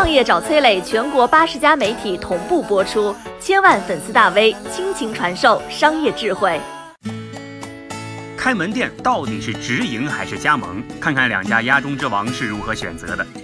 创业找崔磊，全国80家媒体同步播出，千万粉丝大 V 倾情传授商业智慧。 开门店到底是直营还是加盟？看看2家鸭中之王是如何选择的。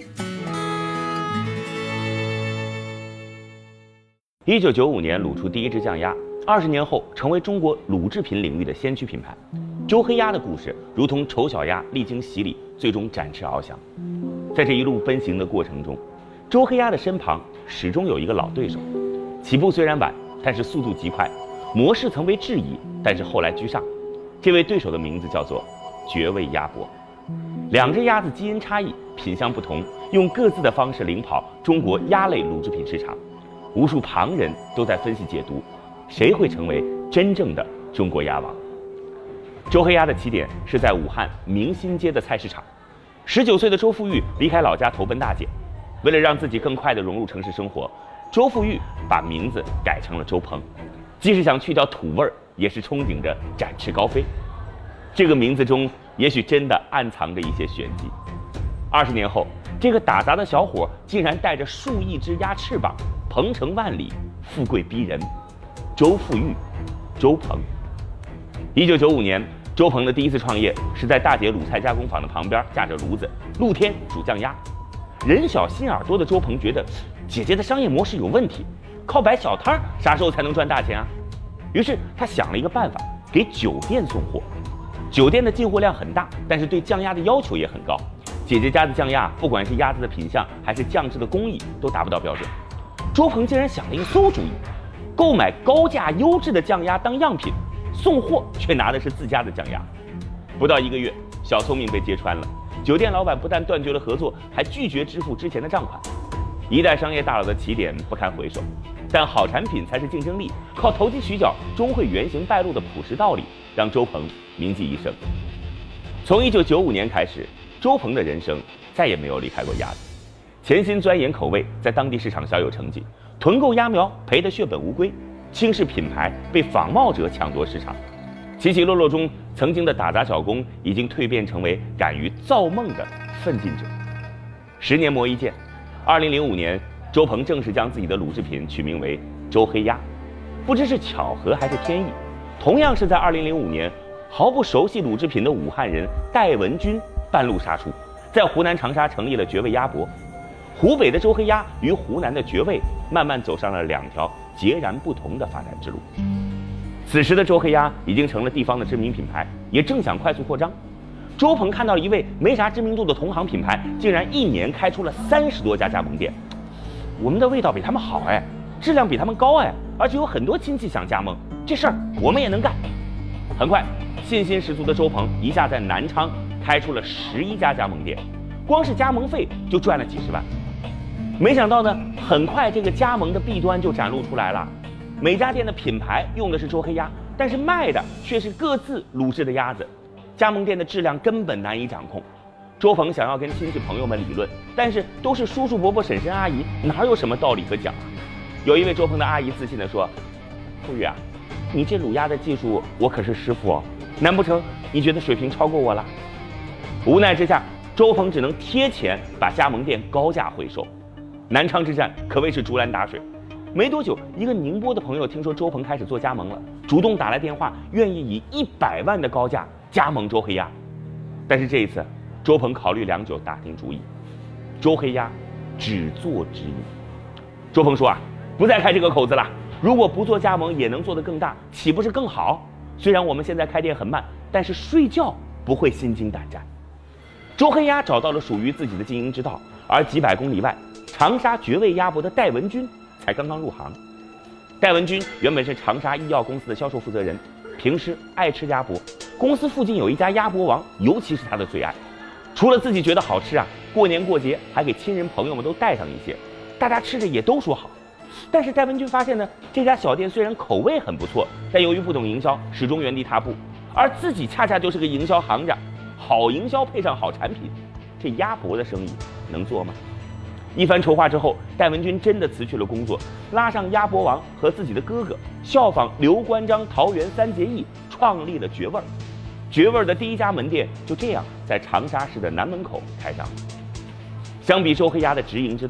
1995年卤出第一只酱鸭，20年后成为中国乳制品领域的先驱品牌。周黑鸭的故事如同丑小鸭历经洗礼，最终展翅翱翔。在这一路奔行的过程中，周黑鸭的身旁始终有一个老对手。起步虽然晚，但是速度极快，模式曾被质疑，但是后来居上。这位对手的名字叫做绝味鸭脖。2只鸭子基因差异，品相不同，用各自的方式领跑中国鸭类乳制品市场。无数旁人都在分析解读，谁会成为真正的中国鸭王？周黑鸭的起点是在武汉明新街的菜市场。19岁的周富裕离开老家投奔大姐，为了让自己更快地融入城市生活，周富裕把名字改成了周鹏，既是想去掉土味儿，也是憧憬着展翅高飞。这个名字中也许真的暗藏着一些玄机。20年后，这个打杂的小伙竟然带着数亿只鸭翅膀，鹏程万里，富贵逼人。周富裕，周鹏。1995年，周鹏的第一次创业是在大姐卤菜加工坊的旁边架着炉子，露天煮酱鸭。人小心眼多的周鹏觉得姐姐的商业模式有问题，靠摆小摊啥时候才能赚大钱啊？于是他想了一个办法，给酒店送货。酒店的进货量很大，但是对酱鸭的要求也很高。姐姐家的酱鸭，不管是鸭子的品相还是酱制的工艺，都达不到标准。周鹏竟然想了一个馊主意，购买高价优质的酱鸭当样品，送货却拿的是自家的酱鸭。不到1个月，小聪明被揭穿了。酒店老板不但断绝了合作，还拒绝支付之前的账款。一代商业大佬的起点不堪回首，但好产品才是竞争力，靠投机取巧终会原形败露的朴实道理，让周鹏铭记一生。从1995年开始，周鹏的人生再也没有离开过鸭子，潜心钻研口味，在当地市场小有成绩，囤购鸭苗赔得血本无归，轻视品牌被仿冒者抢夺市场。起起落落中，曾经的打杂小工已经蜕变成为敢于造梦的奋进者。10年磨一剑，2005年，周鹏正式将自己的乳制品取名为周黑鸭。不知是巧合还是天意，同样是在2005年，毫不熟悉乳制品的武汉人戴文军半路杀出，在湖南长沙成立了绝味鸭脖。湖北的周黑鸭与湖南的绝味慢慢走上了2条截然不同的发展之路。此时的周黑鸭已经成了地方的知名品牌，也正想快速扩张。周鹏看到了一位没啥知名度的同行品牌，竟然1年开出了30多家加盟店。我们的味道比他们好哎，质量比他们高哎，而且有很多亲戚想加盟，这事儿我们也能干。很快，信心十足的周鹏一下在南昌开出了11家加盟店，光是加盟费就赚了几十万。没想到呢，很快这个加盟的弊端就展露出来了。每家店的品牌用的是周黑鸭，但是卖的却是各自卤制的鸭子，加盟店的质量根本难以掌控。周鹏想要跟亲戚朋友们理论，但是都是叔叔伯伯婶婶阿姨，哪有什么道理可讲啊？有一位周鹏的阿姨自信地说：“富裕啊，你这卤鸭的技术我可是师傅哦，难不成你觉得水平超过我了？”无奈之下，周鹏只能贴钱把加盟店高价回收。南昌之战可谓是竹篮打水。没多久，一个宁波的朋友听说周鹏开始做加盟了，主动打来电话，愿意以100万的高价加盟周黑鸭。但是这一次，周鹏考虑良久，打定主意，周黑鸭只做直营。周鹏说啊，不再开这个口子了，如果不做加盟也能做得更大，岂不是更好？虽然我们现在开店很慢，但是睡觉不会心惊胆战。周黑鸭找到了属于自己的经营之道，而几百公里外，长沙绝味鸭脖的戴文军才刚刚入行。戴文军原本是长沙医药公司的销售负责人，平时爱吃鸭脖，公司附近有一家鸭脖王，尤其是他的最爱。除了自己觉得好吃啊，过年过节还给亲人朋友们都带上一些，大家吃着也都说好。但是戴文军发现呢，这家小店虽然口味很不错，但由于不懂营销，始终原地踏步，而自己恰恰就是个营销行家，好营销配上好产品，这鸭脖的生意能做吗？一番筹划之后，戴文军真的辞去了工作，拉上鸭脖王和自己的哥哥，效仿刘关张桃园三结义，创立了绝味儿。绝味儿的第一家门店就这样在长沙市的南门口开上了。相比周黑鸭的直营之道，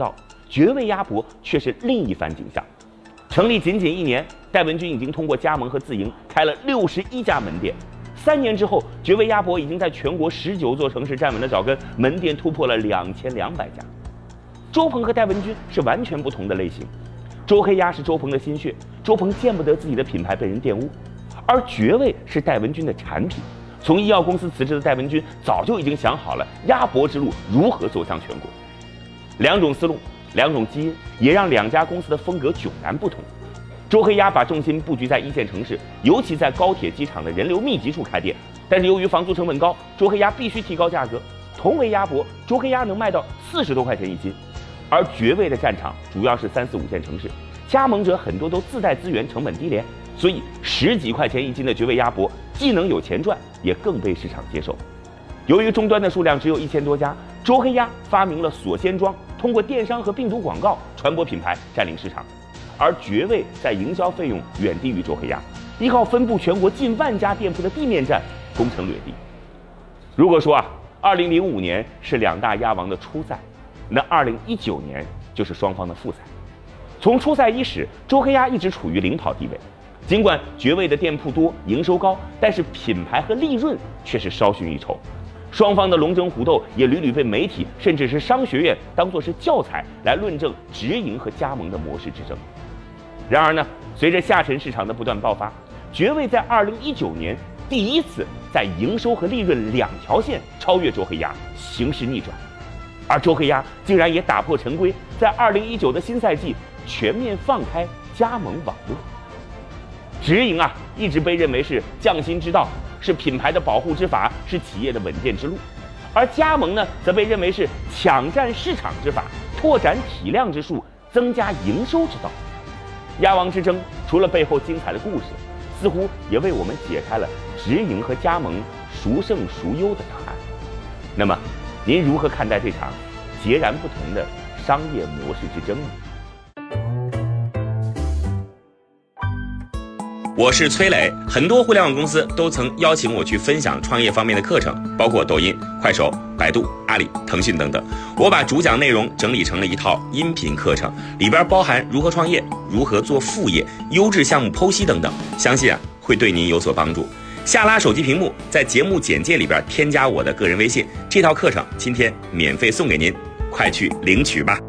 绝味鸭脖却是另一番景象。成立仅仅1年，戴文君已经通过加盟和自营开了61家门店。3年之后，绝味鸭脖已经在全国19座城市站稳了脚跟，门店突破了2200家。周鹏和戴文君是完全不同的类型。周黑鸭是周鹏的心血，周鹏见不得自己的品牌被人玷污；而绝味是戴文君的产品。从医药公司辞职的戴文君早就已经想好了鸭脖之路如何走向全国。2种思路，2种基因，也让2家公司的风格迥然不同。周黑鸭把重心布局在1线城市，尤其在高铁、机场的人流密集处开店，但是由于房租成本高，周黑鸭必须提高价格。同为鸭脖，周黑鸭能卖到40多块钱1斤，而绝味的战场主要是3、4、5线城市，加盟者很多都自带资源，成本低廉，所以10几块钱1斤的绝味鸭脖既能有钱赚，也更被市场接受。由于终端的数量只有1000多家，周黑鸭发明了锁鲜装，通过电商和病毒广告传播品牌，占领市场。而绝味在营销费用远低于周黑鸭，依靠分布全国近万家店铺的地面战攻城略地。如果说2005年是2大鸭王的初赛，那2019年就是双方的复赛。从初赛伊始，周黑鸭一直处于领跑地位。尽管绝味的店铺多，营收高，但是品牌和利润却是稍逊一筹。双方的龙争虎斗也屡屡被媒体甚至是商学院当作是教材来论证直营和加盟的模式之争。然而呢，随着下沉市场的不断爆发，绝味在2019年第一次在营收和利润2条线超越周黑鸭，形势逆转。而周黑鸭竟然也打破陈规，在2019的新赛季全面放开加盟网络。直营一直被认为是匠心之道，是品牌的保护之法，是企业的稳健之路；而加盟呢，则被认为是抢占市场之法，拓展体量之术，增加营收之道。鸭王之争除了背后精彩的故事，似乎也为我们解开了直营和加盟孰胜孰优的答案。那么，您如何看待这场截然不同的商业模式之争呢？ 我是崔磊，很多互联网公司都曾邀请我去分享创业方面的课程，包括抖音、快手、百度、阿里、腾讯等等。我把主讲内容整理成了一套音频课程，里边包含如何创业、如何做副业、优质项目剖析等等，相信会对您有所帮助。下拉手机屏幕，在节目简介里边添加我的个人微信，这套课程今天免费送给您，快去领取吧。